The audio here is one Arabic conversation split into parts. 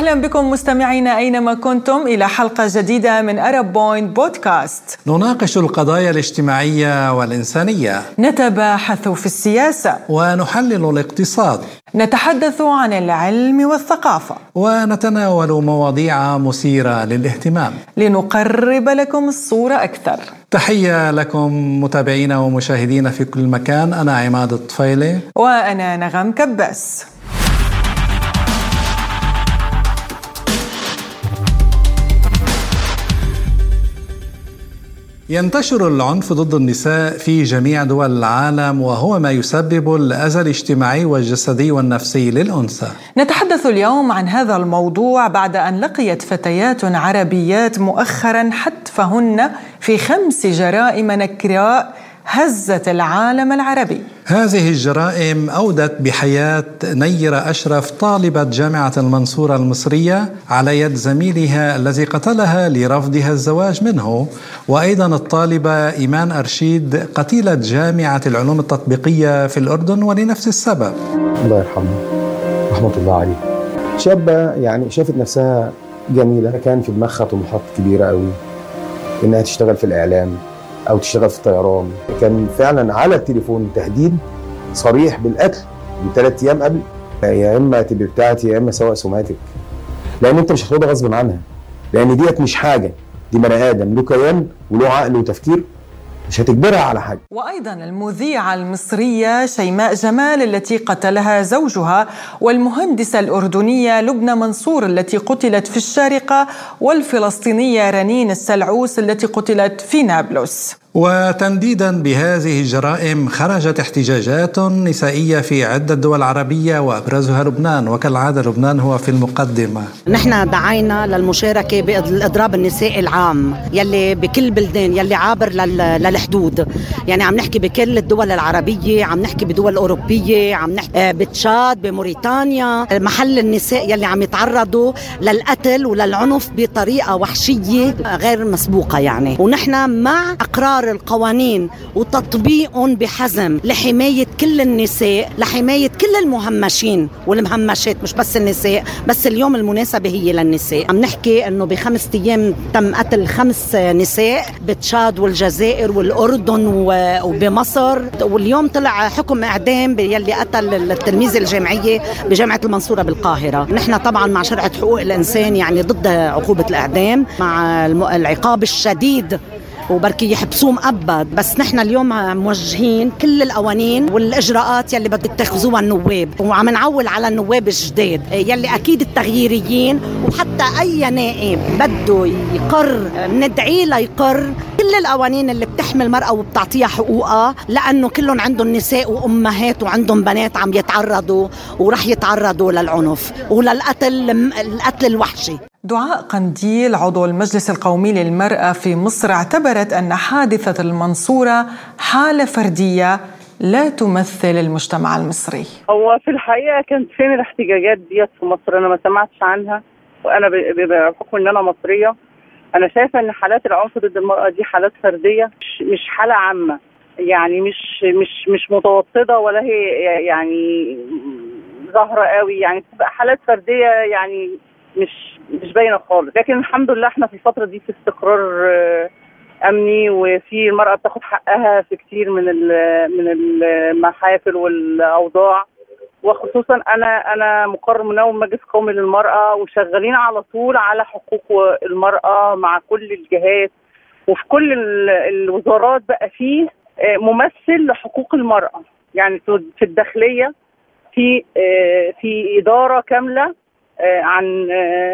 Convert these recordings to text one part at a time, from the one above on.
أهلا بكم مستمعينا أينما كنتم إلى حلقة جديدة من أرب بوينت بودكاست. نناقش القضايا الاجتماعية والإنسانية، نتباحث في السياسة، ونحلل الاقتصاد، نتحدث عن العلم والثقافة، ونتناول مواضيع مثيرة للاهتمام لنقرب لكم الصورة أكثر. تحية لكم متابعينا ومشاهدينا في كل مكان. أنا عماد الطفيلي وأنا نغم كباس. ينتشر العنف ضد النساء في جميع دول العالم، وهو ما يسبب الأذى الاجتماعي والجسدي والنفسي للأنثى. نتحدث اليوم عن هذا الموضوع بعد أن لقيت فتيات عربيات مؤخرا حتفهن في 5 جرائم نكراء هزت العالم العربي. هذه الجرائم أودت بحياة نيرة أشرف طالبة جامعة المنصورة المصرية على يد زميلها الذي قتلها لرفضها الزواج منه، وأيضا الطالبة إيمان أرشيد قتيلة جامعة العلوم التطبيقية في الأردن ولنفس السبب. الله يرحمه رحمة الله عليه. شابة يعني شافت نفسها جميلة، كان في دماغها طموحات كبيرة قوي إنها تشتغل في الإعلام أو تشتغل في الطيران. كان فعلا على التليفون تهديد صريح بالقتل ب3 أيام قبل، يا إما تبقى بتاعتي يا إما سواء سمعتك، لأن أنت مش هتاخدها غصب عنها، لأن ديت مش حاجة، دي بني آدم له كيان وله عقل وتفكير، مش هتجبرها على حاجة. وأيضا المذيعة المصرية شيماء جمال التي قتلها زوجها، والمهندسة الأردنية لبنى منصور التي قتلت في الشارقة، والفلسطينية رنين السلعوس التي قتلت في نابلس. وتنديدا بهذه الجرائم خرجت احتجاجات نسائية في عدة دول عربية وأبرزها لبنان، وكالعادة لبنان هو في المقدمة. نحن دعينا للمشاركة بالإضراب النسائي العام يلي بكل بلدان يلي عابر للحدود، يعني عم نحكي بكل الدول العربية، عم نحكي بدول أوروبية، عم نحكي بتشاد، بموريتانيا، محل النساء يلي عم يتعرضوا للقتل وللعنف بطريقة وحشية غير مسبوقة يعني. ونحن مع إقرار القوانين وتطبيقهم بحزم لحماية كل النساء، لحماية كل المهمشين والمهمشات، مش بس النساء، بس اليوم المناسبة هي للنساء. عم نحكي انه ب5 أيام تم قتل 5 نساء بتشاد والجزائر والأردن وبمصر، واليوم طلع حكم إعدام يلي قتل التلميذة الجامعية بجامعة المنصورة بالقاهرة. نحن طبعا مع شرعة حقوق الإنسان يعني ضد عقوبة الإعدام، مع العقاب الشديد وبركي يحبسوه مؤبد، بس نحن اليوم موجهين كل القوانين والإجراءات يلي بده يتخذوها النواب، وعم نعول على النواب الجداد يلي أكيد التغييريين، وحتى أي نائب بده يقر ندعي له يقر كل القوانين اللي بتحمي المرأة وبتعطيها حقوقها، لأنه كلهم عندهم نساء وأمهات وعندهم بنات عم يتعرضوا ورح يتعرضوا للعنف القتل الوحشي. دعاء قنديل عضو المجلس القومي للمرأة في مصر اعتبرت أن حادثة المنصورة حالة فردية لا تمثل المجتمع المصري. هو في الحقيقة كانت فين الاحتجاجات ديت في مصر؟ أنا ما سمعتش عنها، وأنا بحكم أن أنا مصرية أنا شايفة أن حالات العنف ضد المرأة دي حالات فردية، مش حالة عامة، يعني مش متوسطة ولا هي يعني ظاهرة قوي، يعني بتبقى حالات فردية يعني مش باينه خالص. لكن الحمد لله احنا في الفتره دي في استقرار امني، وفي المراه بتاخد حقها في كتير من المحافل والاوضاع، وخصوصا انا مقرر منوم مجلس قومي للمراه، وشغالين على طول على حقوق المراه مع كل الجهات، وفي كل الوزارات بقى فيه ممثل لحقوق المراه، يعني في الداخليه في اداره كامله عن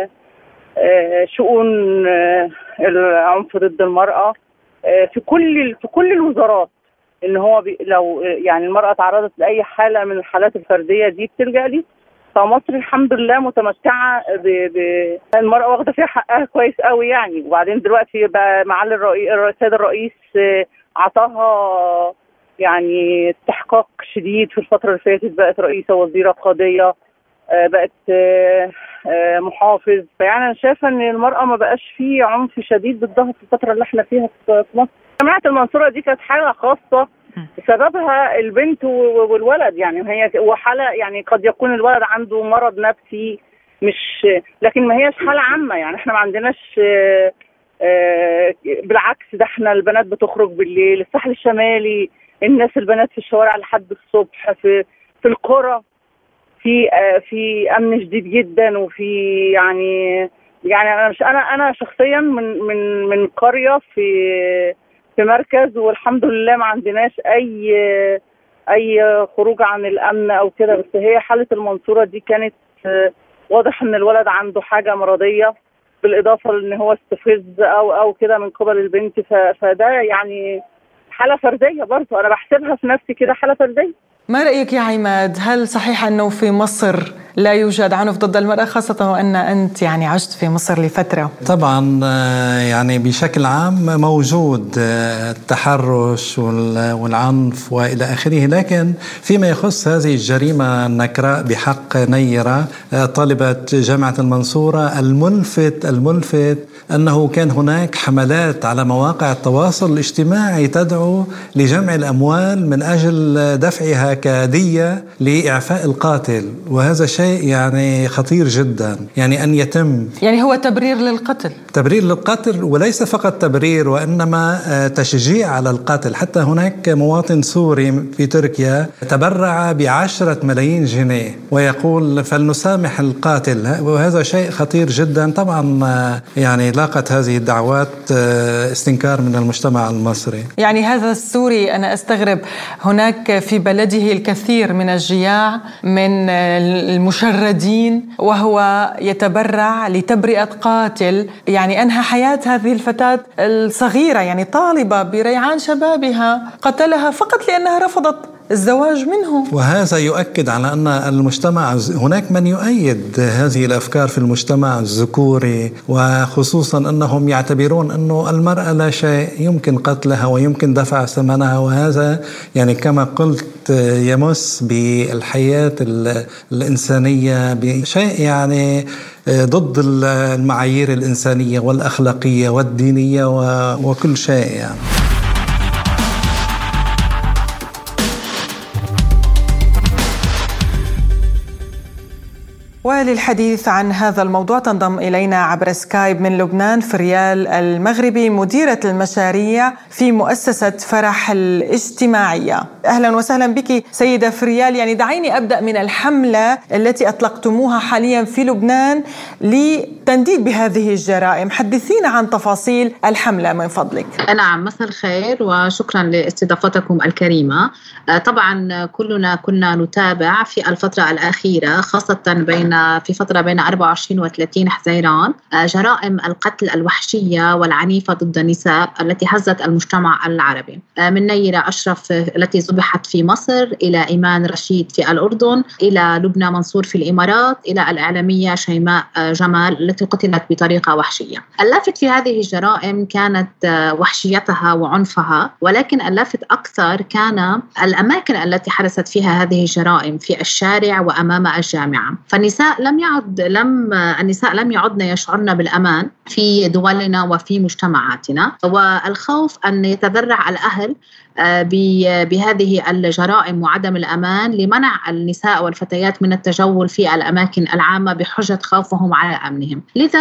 شؤون العنف ضد المرأة في كل الوزارات، ان هو لو يعني المرأة تعرضت لأي حالة من الحالات الفردية دي بتلجأ لي. فمصر الحمد لله متمتعة المرأة واخدة فيها حقها كويس قوي يعني. وبعدين دلوقتي بقى معالي السيد الرئيس عطاها يعني استحقاق شديد في الفترة اللي فاتت، بقت رئيسة، وزيرة، قاضية، بقت محافظ. فيعني انا شايفه ان المراه ما بقاش فيه عنف شديد ضدها في الفتره اللي احنا فيها في مصر. جامعه المنصوره دي كانت حاله خاصه سببها البنت والولد، يعني هي وحاله يعني قد يكون الولد عنده مرض نفسي لكن ما هيش حالة عامة. يعني احنا ما عندناش بالعكس، ده احنا البنات بتخرج بالليل، الساحل الشمالي الناس البنات في الشوارع لحد الصبح، في القرى في امن شديد جدا، وفي يعني انا شخصيا من قرية في مركز، والحمد لله ما عندناش اي خروج عن الامن او كده. بس هي حالة المنصورة دي كانت واضح ان الولد عنده حاجة مرضية، بالاضافة لان هو استفز او كده من قبل البنت، فده يعني حالة فردية برضه، انا بحسبها في نفسي كده حالة فردية. ما رأيك يا عماد؟ هل صحيح أنه في مصر لا يوجد عنف ضد المرأة، خاصة وأن أنت يعني عشت في مصر لفترة؟ طبعا يعني بشكل عام موجود التحرش والعنف وإلى آخره، لكن فيما يخص هذه الجريمة النكراء بحق نيرة طالبة جامعة المنصورة، الملفت أنه كان هناك حملات على مواقع التواصل الاجتماعي تدعو لجمع الأموال من أجل دفعها كدية لإعفاء القاتل، وهذا شيء يعني خطير جدا. يعني أن يتم، يعني هو تبرير للقتل، وليس فقط تبرير وإنما تشجيع على القتل. حتى هناك مواطن سوري في تركيا تبرع ب10 ملايين جنيه ويقول فلنسامح القاتل، وهذا شيء خطير جدا. طبعا يعني لاقت هذه الدعوات استنكار من المجتمع المصري. يعني هذا السوري أنا أستغرب، هناك في بلده الكثير من الجياع، من المشردين، وهو يتبرع لتبرئة قاتل يعني أنهى حياة هذه الفتاة الصغيرة، يعني طالبة بريعان شبابها، قتلها فقط لأنها رفضت الزواج منه. وهذا يؤكد على أن المجتمع، هناك من يؤيد هذه الأفكار في المجتمع الذكوري، وخصوصا أنهم يعتبرون أنه المرأة لا شيء، يمكن قتلها ويمكن دفع ثمنها، وهذا يعني كما قلت يمس بالحياة الإنسانية بشيء يعني ضد المعايير الإنسانية والأخلاقية والدينية وكل شيء يعني. وللحديث عن هذا الموضوع تنضم إلينا عبر سكايب من لبنان فريال المغربي، مديرة المشاريع في مؤسسة فرح الاجتماعية. أهلا وسهلا بك سيدة فريال. يعني دعيني أبدأ من الحملة التي أطلقتموها حاليا في لبنان لتنديد بهذه الجرائم، حدثينا عن تفاصيل الحملة من فضلك. نعم، مساء الخير وشكرا لاستضافتكم الكريمة. طبعا كلنا كنا نتابع في الفترة الأخيرة، خاصة في فترة بين 24 و 30 حزيران، جرائم القتل الوحشية والعنيفة ضد النساء التي هزت المجتمع العربي، من نيرة أشرف التي ذبحت في مصر، إلى إيمان رشيد في الأردن، إلى لبنى منصور في الإمارات، إلى الإعلامية شيماء جمال التي قتلت بطريقة وحشية. اللافت في هذه الجرائم كانت وحشيتها وعنفها، ولكن اللافت أكثر كان الأماكن التي حدثت فيها هذه الجرائم، في الشارع وأمام الجامعة. النساء لم يعدن يشعرن بالأمان في دولنا وفي مجتمعاتنا، والخوف أن يتذرع الأهل بهذه الجرائم وعدم الأمان لمنع النساء والفتيات من التجول في الأماكن العامة بحجة خوفهم على أمنهم. لذا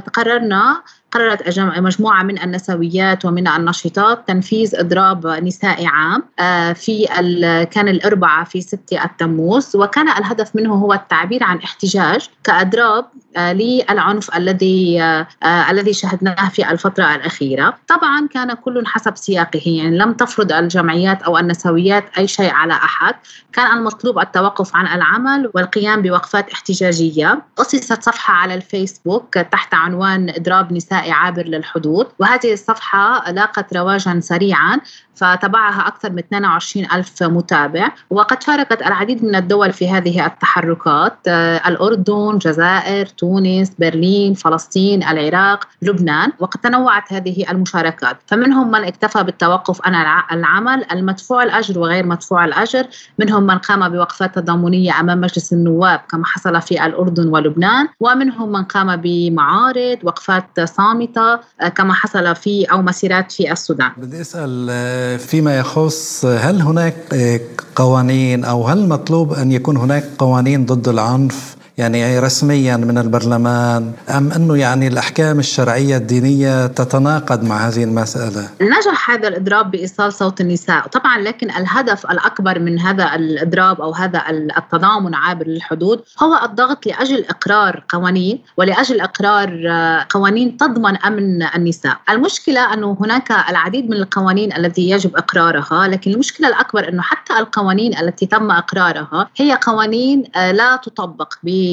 قررت مجموعة من النسويات ومن النشطات تنفيذ إضراب نسائي عام كان الأربعاء في 6 التموز، وكان الهدف منه هو التعبير عن احتجاج كإضراب للعنف الذي شهدناه في الفترة الأخيرة. طبعا كان كل حسب سياقه، يعني لم تفرض الجمعيات أو النسويات أي شيء على أحد، كان المطلوب التوقف عن العمل والقيام بوقفات احتجاجية. أسست صفحة على الفيسبوك تحت عنوان إضراب نساء عابر للحدود، وهذه الصفحة لاقت رواجا سريعا، فتبعها أكثر من 22,000 متابع، وقد شاركت العديد من الدول في هذه التحركات: الأردن، الجزائر، تونس، برلين، فلسطين، العراق، لبنان. وقد تنوعت هذه المشاركات، فمنهم من اكتفى بالتوقف عن العمل المدفوع الأجر وغير مدفوع الأجر، منهم من قام بوقفات تضامنية أمام مجلس النواب كما حصل في الأردن ولبنان، ومنهم من قام بمعارض، وقفات صامتة كما حصل أو مسيرات في السودان. بدي أسأل فيما يخص، هل هناك قوانين أو هل مطلوب أن يكون هناك قوانين ضد العنف؟ يعني رسميا من البرلمان، أم أنه يعني الأحكام الشرعية الدينية تتناقض مع هذه المسألة؟ نجح هذا الإضراب بإيصال صوت النساء طبعا، لكن الهدف الأكبر من هذا الإضراب أو هذا التضامن عابر للحدود هو الضغط لأجل إقرار قوانين ولأجل إقرار قوانين تضمن أمن النساء. المشكلة أنه هناك العديد من القوانين التي يجب إقرارها، لكن المشكلة الأكبر أنه حتى القوانين التي تم إقرارها هي قوانين لا تطبق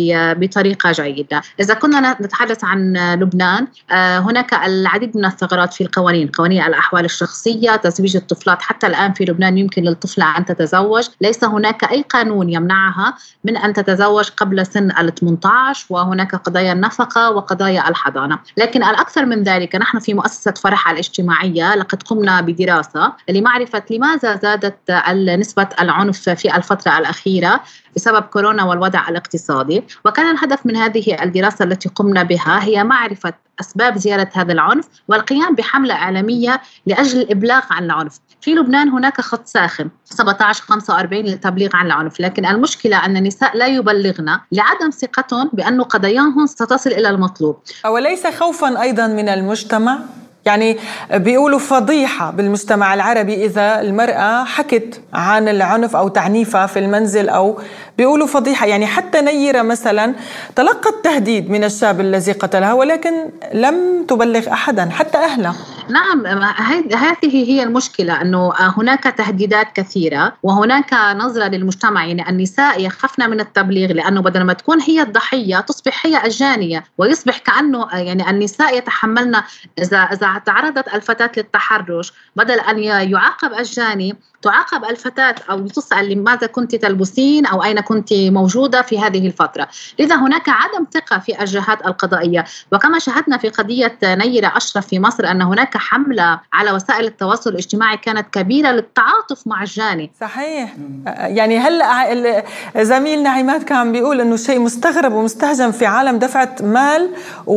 بطريقة جيدة. إذا كنا نتحدث عن لبنان، هناك العديد من الثغرات في القوانين، قوانين الأحوال الشخصية، تزويج الطفلات. حتى الآن في لبنان يمكن للطفلة أن تتزوج، ليس هناك أي قانون يمنعها من أن تتزوج قبل سن 18، وهناك قضايا النفقة وقضايا الحضانة. لكن الأكثر من ذلك، نحن في مؤسسة فرح الاجتماعية لقد قمنا بدراسة لمعرفة لماذا زادت نسبة العنف في الفترة الأخيرة بسبب كورونا والوضع الاقتصادي. وكان الهدف من هذه الدراسة التي قمنا بها هي معرفة أسباب زيادة هذا العنف والقيام بحملة إعلامية لأجل الإبلاغ عن العنف. في لبنان هناك خط ساخن 1745 للتبليغ عن العنف، لكن المشكلة أن النساء لا يبلغن لعدم ثقتهم بأن قضاياهم ستصل إلى المطلوب. وليس خوفا أيضا من المجتمع؟ يعني بيقولوا فضيحة بالمجتمع العربي إذا المرأة حكت عن العنف أو تعنيفها في المنزل، أو بيقولوا فضيحة. يعني حتى نيرة مثلا تلقت تهديد من الشاب الذي قتلها ولكن لم تبلغ أحدا حتى أهلها. نعم، هذه هي المشكلة، أنه هناك تهديدات كثيرة وهناك نظرة للمجتمع. يعني النساء يخافن من التبليغ، لأنه بدل ما تكون هي الضحية تصبح هي الجانية، ويصبح كأنه يعني النساء يتحملن إذا تعرضت الفتاة للتحرش، بدل أن يعاقب الجاني تعاقب الفتاة أو تسأل لماذا كنت تلبسين أو أين كنت موجودة في هذه الفترة. لذا هناك عدم ثقة في الجهات القضائية. وكما شاهدنا في قضية نيرة أشرف في مصر أن هناك حملة على وسائل التواصل الاجتماعي كانت كبيرة للتعاطف مع الجاني. صحيح. يعني هلأ زميلنا عماد كان بيقول أنه شيء مستغرب ومستهجن في عالم دفعت مال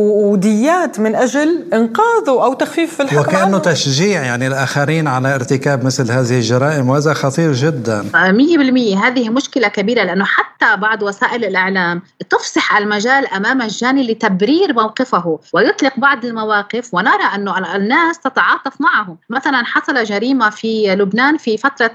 وديات من أجل إنقاذه أو تخفيف الحكم وكأنه عنه. تشجيع يعني الآخرين على ارتكاب مثل هذه الجرائم، وهذا خطير جدا. 100% هذه مشكلة كبيرة، لأنه حتى بعض وسائل الإعلام تفسح المجال أمام الجاني لتبرير موقفه ويطلق بعض المواقف، ونرى أنه الناس تتعاطف معه. مثلا حصل جريمة في لبنان في فترة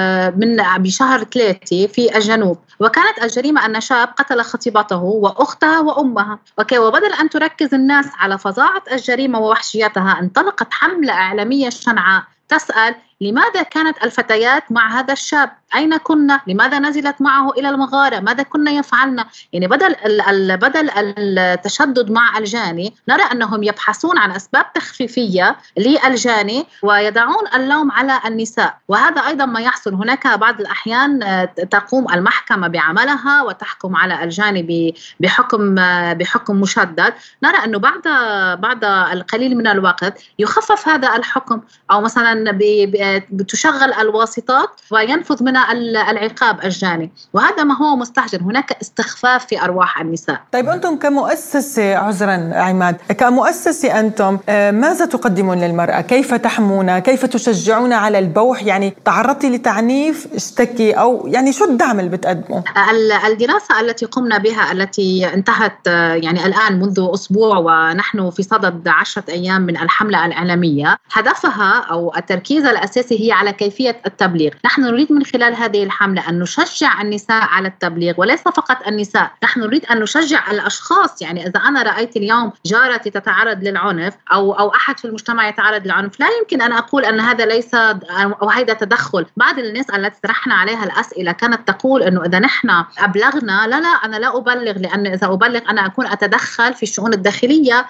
بشهر 3 في الجنوب، وكانت الجريمة أن شاب قتل خطيبته وأختها وأمها. وبدل أن تركز الناس على فظاعة الجريمة ووحشيتها، انطلقت حملة إعلامية شنعاء تسأل لماذا كانت الفتيات مع هذا الشاب؟ أين كنا؟ لماذا نزلت معه إلى المغارة؟ ماذا كنا يفعلنا؟ يعني بدل التشدد مع الجاني، نرى أنهم يبحثون عن أسباب تخفيفية للجاني ويضعون اللوم على النساء. وهذا أيضا ما يحصل. هناك بعض الأحيان تقوم المحكمة بعملها وتحكم على الجاني بحكم مشدد. نرى أنه بعد القليل من الوقت يخفف هذا الحكم، أو مثلا بتشغل الواسطات وينفذ من العقاب الجاني، وهذا ما هو مستهجن. هناك استخفاف في أرواح النساء. طيب أنتم كمؤسسة، عذرا عماد، كمؤسسة أنتم ماذا تقدمون للمرأة؟ كيف تحمون؟ كيف تشجعون على البوح؟ يعني تعرضتي لتعنيف، اشتكي، أو يعني شو الدعم اللي بتقدمه؟ الدراسة التي قمنا بها التي انتهت يعني الآن منذ أسبوع، ونحن في صدد 10 أيام من الحملة الإعلامية، هدفها أو التركيز الأساسي هي على كيفية التبليغ. نحن نريد من خلال هذه الحملة أن نشجع النساء على التبليغ، وليس فقط النساء، نحن نريد أن نشجع الأشخاص. يعني إذا أنا رأيت اليوم جارتي تتعرض للعنف أو أحد في المجتمع يتعرض للعنف، لا يمكن أن أقول أن هذا ليس أو هذا تدخل. بعض الناس التي طرحنا عليها الأسئلة كانت تقول أنه إذا نحن أبلغنا، لا أنا لا أبلغ، لأن إذا أبلغ أنا أكون أتدخل في الشؤون الداخلية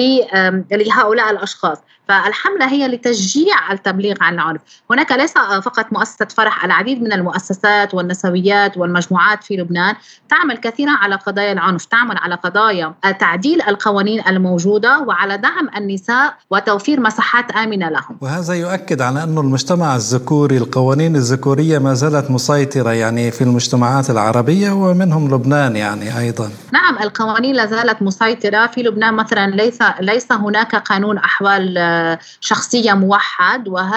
لهؤلاء الأشخاص. فالحملة هي لتشجيع التبليغ عن العنف. هناك ليس فقط مؤسسة فرح، العديد من المؤسسات والنسويات والمجموعات في لبنان تعمل كثيرا على قضايا العنف، تعمل على قضايا تعديل القوانين الموجودة وعلى دعم النساء وتوفير مساحات آمنة لهم. وهذا يؤكد على أن المجتمع الذكوري، القوانين الذكورية ما زالت مسيطرة يعني في المجتمعات العربية ومنهم لبنان يعني أيضا. نعم، القوانين لا زالت مسيطرة في لبنان. مثلا ليس هناك قانون أحوال شخصية موحد، وهذا هو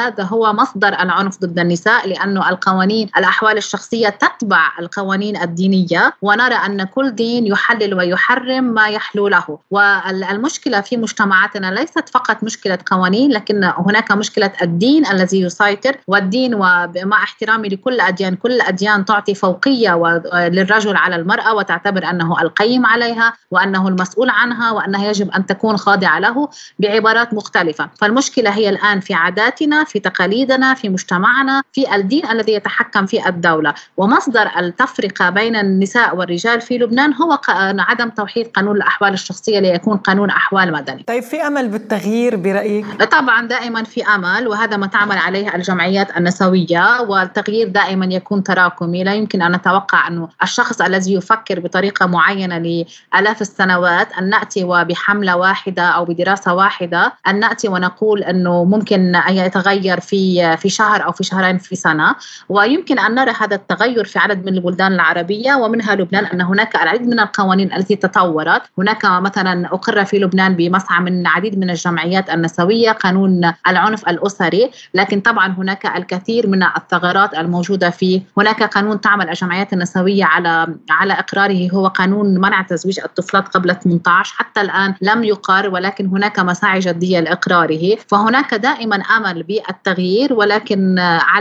هو مصدر العنف ضد النساء، لأنه القوانين الأحوال الشخصية تتبع القوانين الدينية، ونرى أن كل دين يحلل ويحرم ما يحلو له. والمشكلة في مجتمعاتنا ليست فقط مشكلة قوانين، لكن هناك مشكلة الدين الذي يسيطر. والدين ومع احترامي لكل الأديان، كل الأديان تعطي فوقية للرجل على المرأة وتعتبر أنه القيم عليها وأنه المسؤول عنها وأنها يجب أن تكون خاضعة له بعبارات مختلفة. فالمشكلة هي الآن في عاداتنا، في تقاليدنا، في مجتمعنا، في الدين الذي يتحكم في الدولة. ومصدر التفرقة بين النساء والرجال في لبنان هو عدم توحيد قانون الأحوال الشخصية ليكون قانون أحوال مدني. طيب في أمل بالتغيير برأيك؟ طبعا دائما في أمل، وهذا ما تعمل عليه الجمعيات النسوية، والتغيير دائما يكون تراكمي. لا يمكن أن نتوقع أنه الشخص الذي يفكر بطريقة معينة لآلاف السنوات أن نأتي وبحملة واحدة أو بدراسة واحدة أن نأتي ونقول أنه ممكن أن يتغير في شهر أو في شهرين في سنة. ويمكن أن نرى هذا التغير في عدد من البلدان العربية ومنها لبنان، أن هناك العديد من القوانين التي تطورت. هناك مثلا أقر في لبنان بمسعى من عديد من الجمعيات النسوية قانون العنف الأسري، لكن طبعا هناك الكثير من الثغرات الموجودة فيه. هناك قانون تعمل الجمعيات النسوية على إقراره، هو قانون منع تزويج الطفلات قبل 18، حتى الآن لم يقر، ولكن هناك مساعي جدية لإقراره. فهناك دائما أمل بالتغيير، ولكن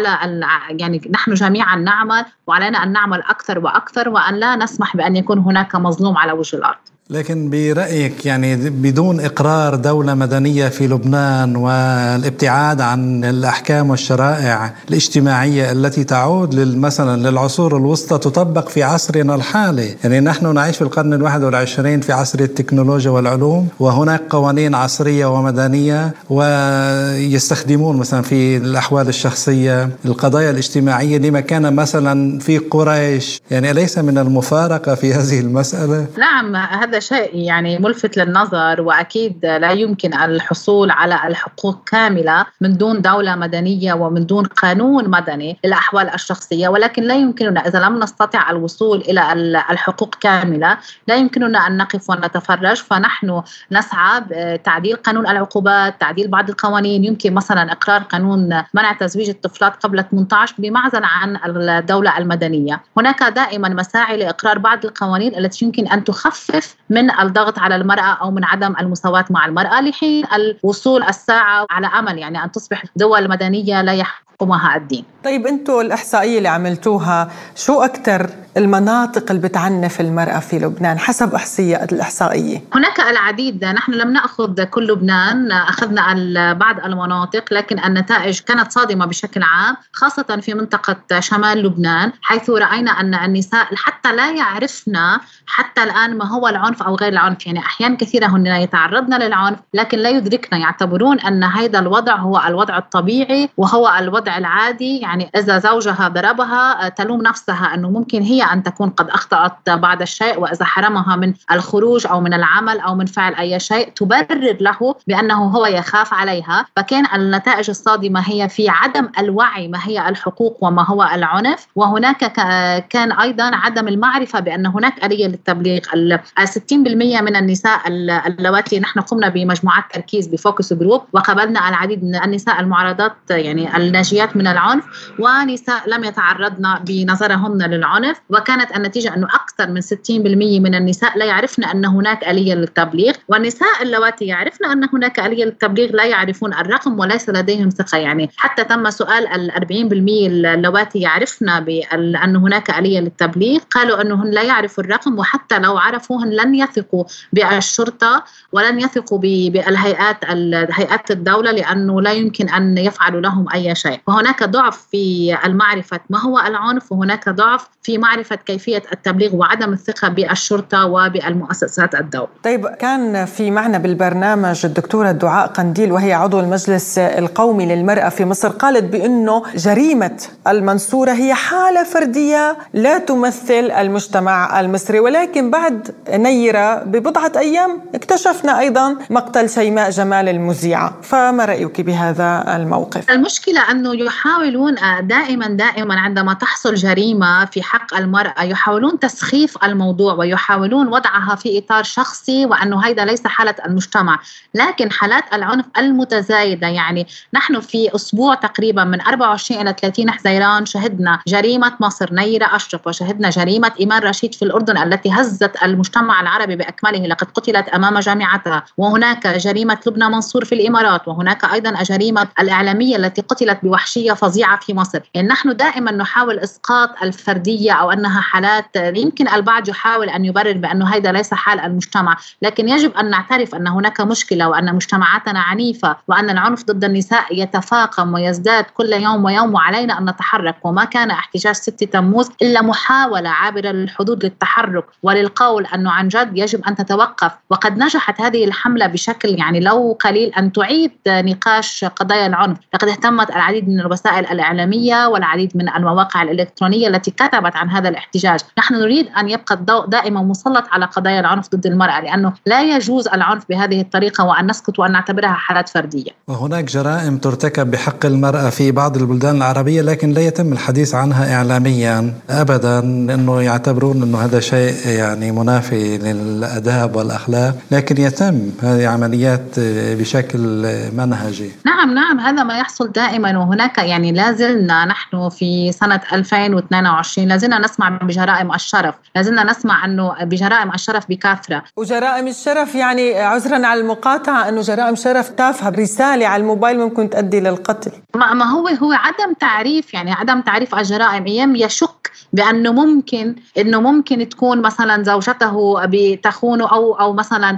يعني نحن جميعا نعمل، وعلينا أن نعمل أكثر وأكثر، وأن لا نسمح بأن يكون هناك مظلوم على وجه الأرض. لكن برأيك يعني بدون إقرار دولة مدنية في لبنان والابتعاد عن الأحكام والشرائع الاجتماعية التي تعود مثلا للعصور الوسطى تطبق في عصرنا الحالي، يعني نحن نعيش في القرن 21 في عصر التكنولوجيا والعلوم، وهناك قوانين عصرية ومدنية ويستخدمون مثلا في الأحوال الشخصية القضايا الاجتماعية لما كان مثلا في قريش. يعني أليس من المفارقة في هذه المسألة؟ نعم، هذا شيء يعني ملفت للنظر، وأكيد لا يمكن الحصول على الحقوق كاملة من دون دولة مدنية ومن دون قانون مدني للأحوال الشخصية. ولكن لا يمكننا إذا لم نستطع الوصول إلى الحقوق كاملة لا يمكننا أن نقف ونتفرج. فنحن نسعى بتعديل قانون العقوبات، تعديل بعض القوانين. يمكن مثلا إقرار قانون منع تزويج الطفلات قبل 18 بمعزل عن الدولة المدنية. هناك دائما مساعي لإقرار بعض القوانين التي يمكن أن تخفف من الضغط على المرأة أو من عدم المساواة مع المرأة لحين الوصول الساعة على أمل يعني أن تصبح دول مدنية لا يحكمها الدين. طيب أنتوا الإحصائية اللي عملتوها شو أكتر المناطق اللي بتعنف المرأة في لبنان حسب الإحصائية؟ هناك العديد، نحن لم نأخذ كل لبنان، أخذنا بعض المناطق، لكن النتائج كانت صادمة بشكل عام، خاصة في منطقة شمال لبنان، حيث رأينا أن النساء حتى لا يعرفن حتى الآن ما هو العنف أو غير العنف. يعني أحيان كثيرة هن يتعرضن للعنف لكن لا يدركن، يعتبرون أن هذا الوضع هو الوضع الطبيعي وهو الوضع العادي. يعني إذا زوجها ضربها تلوم نفسها أنه ممكن هي أن تكون قد أخطأت بعض الشيء، وإذا حرمها من الخروج أو من العمل أو من فعل أي شيء تبرر له بأنه هو يخاف عليها. فكان النتائج الصادمة هي في عدم الوعي ما هي الحقوق وما هو العنف. وهناك كان أيضا عدم المعرفة بأن هناك آلية للتبليغ. 60% من النساء اللواتي نحن قمنا بمجموعات تركيز بفوكس جروب، وقبلنا العديد من النساء المعرضات يعني الناجيات من العنف، ونساء لم يتعرضن بنظرهن للعنف. وكانت النتيجة أنه أكثر من 60% من النساء لا يعرفن أن هناك آلية للتبليغ، والنساء اللواتي يعرفن أن هناك آلية للتبليغ لا يعرفون الرقم وليس لديهم ثقة. يعني حتى تم سؤال 40% اللواتي يعرفن بأن هناك آلية للتبليغ، قالوا أنهم لا يعرفوا الرقم، وحتى لو عرفوهن لن يثقوا بالشرطة ولن يثقوا هيئات الدولة، لأنه لا يمكن أن يفعلوا لهم أي شيء. فهناك ضعف في المعرفة ما هو العنف، وهناك ضعف في معرفة كيفية التبليغ وعدم الثقة بالشرطة وبالمؤسسات الدولة. طيب كان في معنا بالبرنامج الدكتورة دعاء قنديل وهي عضو المجلس القومي للمرأة في مصر، قالت بأنه جريمة المنصورة هي حالة فردية لا تمثل المجتمع المصري، ولكن بعد نيرة ببضعة أيام اكتشفنا أيضا مقتل شيماء جمال المذيعة. فما رأيك بهذا الموقف؟ المشكلة أنه أنه يحاولون دائما عندما تحصل جريمة في حق المرأة يحاولون تسخيف الموضوع ويحاولون وضعها في إطار شخصي وأنه هيدا ليس حالة المجتمع. لكن حالات العنف المتزايدة، يعني نحن في أسبوع تقريبا من 24 إلى 30 حزيران شهدنا جريمة مصر نيرة أشرف، وشهدنا جريمة إيمان رشيد في الأردن التي هزت المجتمع العربي بأكمله، لقد قتلت أمام جامعتها. وهناك جريمة لبنى منصور في الإمارات، وهناك أيضا جريمة الإعلامية التي قتلت بوحشية فظيعة في مصر. يعني نحن دائما نحاول إسقاط الفردية أو أنها حالات، يمكن البعض يحاول أن يبرر بأنه هذا ليس حال المجتمع، لكن يجب أن نعترف أن هناك مشكلة وأن مجتمعاتنا عنيفة وأن العنف ضد النساء يتفاقم ويزداد كل يوم ويوم، وعلينا أن نتحرك. وما كان احتجاج 6 تموز إلا محاولة عابرة للحدود للتحرك وللقول أنه عن جد يجب أن تتوقف. وقد نجحت هذه الحملة بشكل يعني لو قليل أن تعيد نقاش قضايا العنف. لقد اهتمت العديد من الوسائل الإعلامية والعديد من المواقع الإلكترونية التي كتبت عن هذا الاحتجاج. نحن نريد أن يبقى الضوء دائما مسلط على قضايا العنف ضد المرأة، لأنه لا يجوز العنف بهذه الطريقة وأن نسكت وأن نعتبرها حالات فردية. وهناك جرائم ترتكب بحق المرأة في بعض البلدان العربية لكن لا يتم الحديث عنها إعلاميا أبدا، لأنه يعتبرون أنه هذا شيء يعني منافي للأداب والأخلاق، لكن يتم هذه عمليات بشكل منهجي. نعم هذا ما يحصل دائما. وهناك يعني لازلنا نحن في سنة 2022 لازلنا نسمع بجرائم الشرف، لازلنا نسمع أنه بجرائم الشرف بكثرة. وجرائم الشرف يعني عذرا على المقاطعة أنه جرائم شرف تافهة برسالة على الموبايل ممكن تؤدي للقتل. ما هو عدم تعريف، يعني عدم تعريف الجرائم. أيام يشك بأنه ممكن تكون مثلا زوجته بتخونه أو مثلا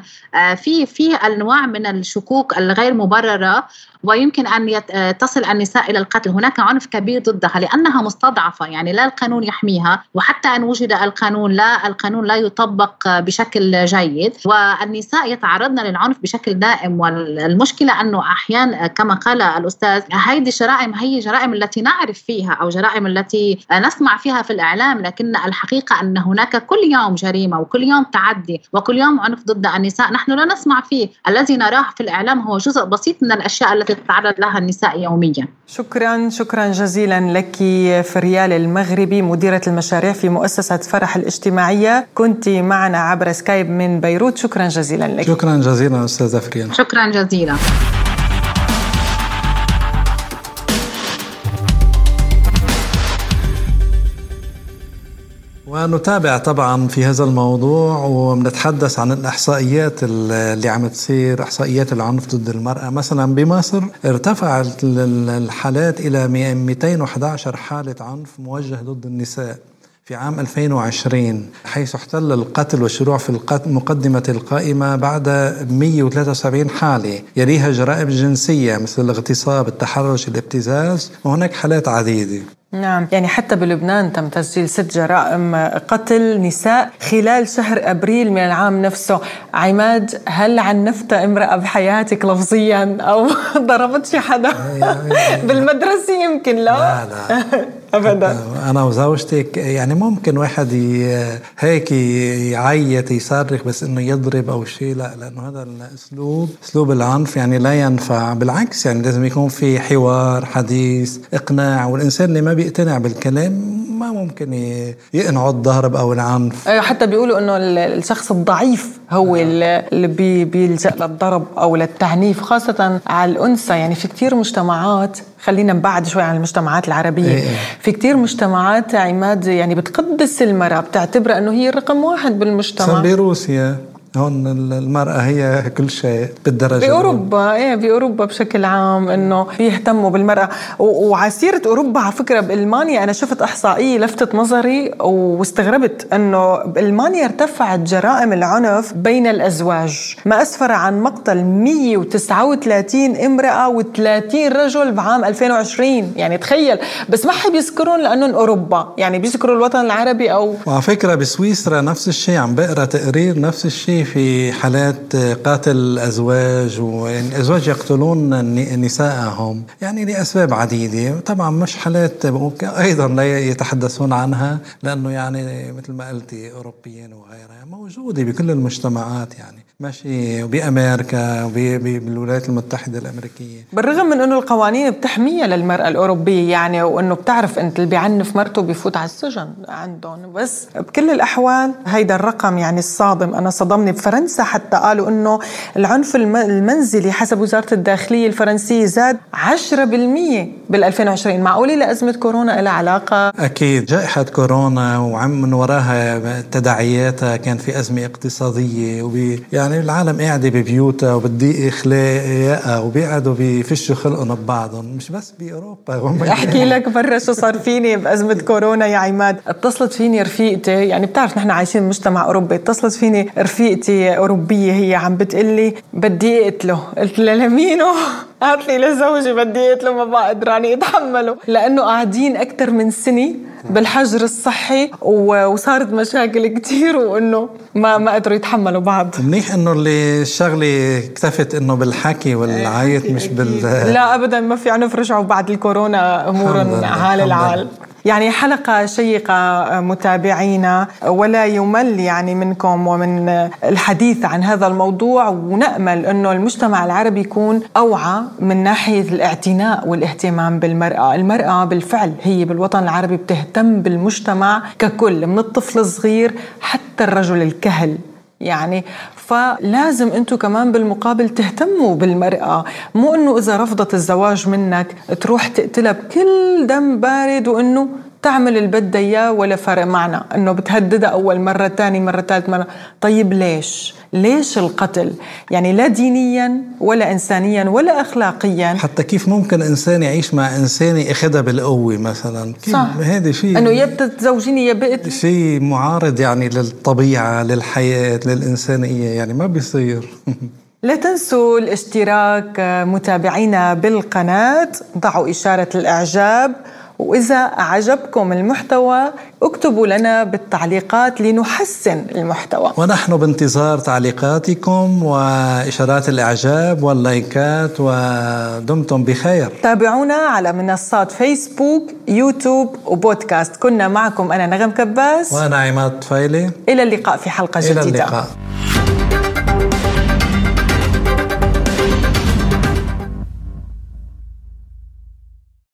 في أنواع من الشكوك الغير مبررة، ويمكن أن تصل النساء إلى القتل. هناك عنف كبير ضدها لأنها مستضعفة، يعني لا القانون يحميها، وحتى أن وجد القانون لا يطبق بشكل جيد، والنساء يتعرضن للعنف بشكل دائم. والمشكلة أنه أحيانا كما قال الأستاذ هذه الجرائم هي جرائم التي نعرف فيها أو جرائم التي نسمع فيها في الإعلام، لكن الحقيقة أن هناك كل يوم جريمة وكل يوم تعدي وكل يوم عنف ضد النساء نحن لا نسمع فيه. الذي نراه في الإعلام هو جزء بسيط من الأشياء التي تتعرض لها النساء يوميا. شكرا جزيلا لك فريال المغربي، مديرة المشاريع في مؤسسة فرح الاجتماعية، كنت معنا عبر سكايب من بيروت. شكرا جزيلا لك. شكرا جزيلا أستاذة فريال. شكرا جزيلا. ونتابع طبعا في هذا الموضوع ونتحدث عن الإحصائيات اللي عم تصير، إحصائيات العنف ضد المرأة. مثلا بمصر ارتفعت الحالات إلى 211 حالة عنف موجه ضد النساء في عام 2020، حيث احتل القتل والشروع في مقدمة القائمة بعد 173 حالة، يليها جرائم جنسية مثل الاغتصاب، التحرش، الابتزاز، وهناك حالات عديدة. نعم، يعني حتى بلبنان تم تسجيل 6 جرائم قتل نساء خلال شهر أبريل من العام نفسه. عماد، هل عنفت امرأة بحياتك لفظيا أو ضربت شي حدا بالمدرسة؟ يمكن لا أبدا. أنا وزوجتك يعني ممكن واحد هيك يعيط يصرخ، بس إنه يضرب أو شيء لا، لأنه هذا أسلوب العنف يعني لا ينفع. بالعكس يعني لازم يكون في حوار، حديث، إقناع، والإنسان اللي ما بيقتنع بالكلام ما ممكن يقنعه الضرب أو العنف. حتى بيقولوا إنه الشخص الضعيف هو اللي بيلجأ للضرب أو للتعنيف، خاصة على الأنثى. يعني في كتير مجتمعات، خلينا نبعد شوي عن المجتمعات العربية، في كتير مجتمعات عماد يعني بتقدس المرأة، بتعتبرها أنه هي رقم 1 بالمجتمع. بروسيا هون المرأة هي كل شيء بالدرجة. بأوروبا بشكل عام إنه بيهتموا بالمرأة. وعسيرة أوروبا على فكرة بألمانيا أنا شفت إحصائية لفتت نظري واستغربت إنه بألمانيا ارتفعت جرائم العنف بين الأزواج، ما أسفر عن مقتل 139 امرأة و30 رجل بعام 2020. يعني تخيل، بس ما حد يذكرون لأنه أوروبا، يعني بيذكروا الوطن العربي. وعلى فكرة بسويسرا نفس الشيء، عم بقرأ تقرير نفس الشيء، في حالات قتل الأزواج، والأزواج يقتلون نساءهم يعني لأسباب عديدة. طبعا مش حالات أيضا لا يتحدثون عنها، لأنه يعني مثل ما قلتي أوروبيين وغيرها موجودة بكل المجتمعات، يعني ماشي بأمريكا وبالولايات المتحدة الأمريكية. بالرغم من أنه القوانين بتحميها للمرأة الأوروبية يعني، وأنه بتعرف أنت اللي بيعنف مرته بيفوت على السجن عندهم، بس بكل الأحوال هيدا الرقم يعني الصادم أنا صدمني. بفرنسا حتى قالوا أنه العنف المنزلي حسب وزارة الداخلية الفرنسية زاد 10% بال2020. معقولة لأزمة كورونا لها علاقة؟ أكيد جائحة كورونا ومن وراها تداعياتها كان في أزمة اقتصادية، يعني العالم قاعدة ببيوتها وبدي إخلاقها وبيقعدوا بيفشوا خلقهم ببعضهم، مش بس بأوروبا. أحكي لك مرة شو صار فيني بأزمة كورونا يا عماد. اتصلت فيني رفيقتي، يعني بتعرف نحن عايشين مجتمع أوروبي، اتصلت فيني رفيقتي أوروبية هي عم بتقلي بدي أقتله. قلت لها لمينه؟ قالت لي لزوجي بدي أقتله، ما بقى قدراني أتحمله لأنه قاعدين أكتر من سنة بالحجر الصحي وصارت مشاكل كتير، وإنه ما قدروا يتحملوا بعض. منيح إنه اللي الشغلة اكتفت إنه بالحكي والعيط مش لا أبدا ما في عنف، رجعوا بعد الكورونا أمورا عال العال. يعني حلقة شيقة متابعينا، ولا يمل يعني منكم ومن الحديث عن هذا الموضوع، ونأمل أنه المجتمع العربي يكون أوعى من ناحية الاعتناء والاهتمام بالمرأة. المرأة بالفعل هي بالوطن العربي بتهتم بالمجتمع ككل، من الطفل الصغير حتى الرجل الكهل يعني. فلازم أنتوا كمان بالمقابل تهتموا بالمرأة، مو أنه إذا رفضت الزواج منك تروح تقتلها بكل دم بارد، وأنه تعمل اللي بدها إياه ولا فرق معنا، أنه بتهددها أول مرة تاني مرة ثالث مرة. طيب ليش القتل؟ يعني لا دينيا ولا إنسانيا ولا أخلاقيا. حتى كيف ممكن إنسان يعيش مع إنسان أخذها بالقوة مثلا؟ صح. هذا شيء أنه يا بتتزوجيني يا بقتل، شيء معارض يعني للطبيعة للحياة للإنسانية، يعني ما بيصير. لا تنسوا الاشتراك متابعينا بالقناة، ضعوا إشارة الإعجاب، وإذا أعجبكم المحتوى اكتبوا لنا بالتعليقات لنحسن المحتوى. ونحن بانتظار تعليقاتكم وإشارات الإعجاب واللايكات، ودمتم بخير. تابعونا على منصات فيسبوك، يوتيوب وبودكاست. كنا معكم أنا نغم كباس وأنا عماد طفيلي. إلى اللقاء في حلقة جديدة. إلى اللقاء.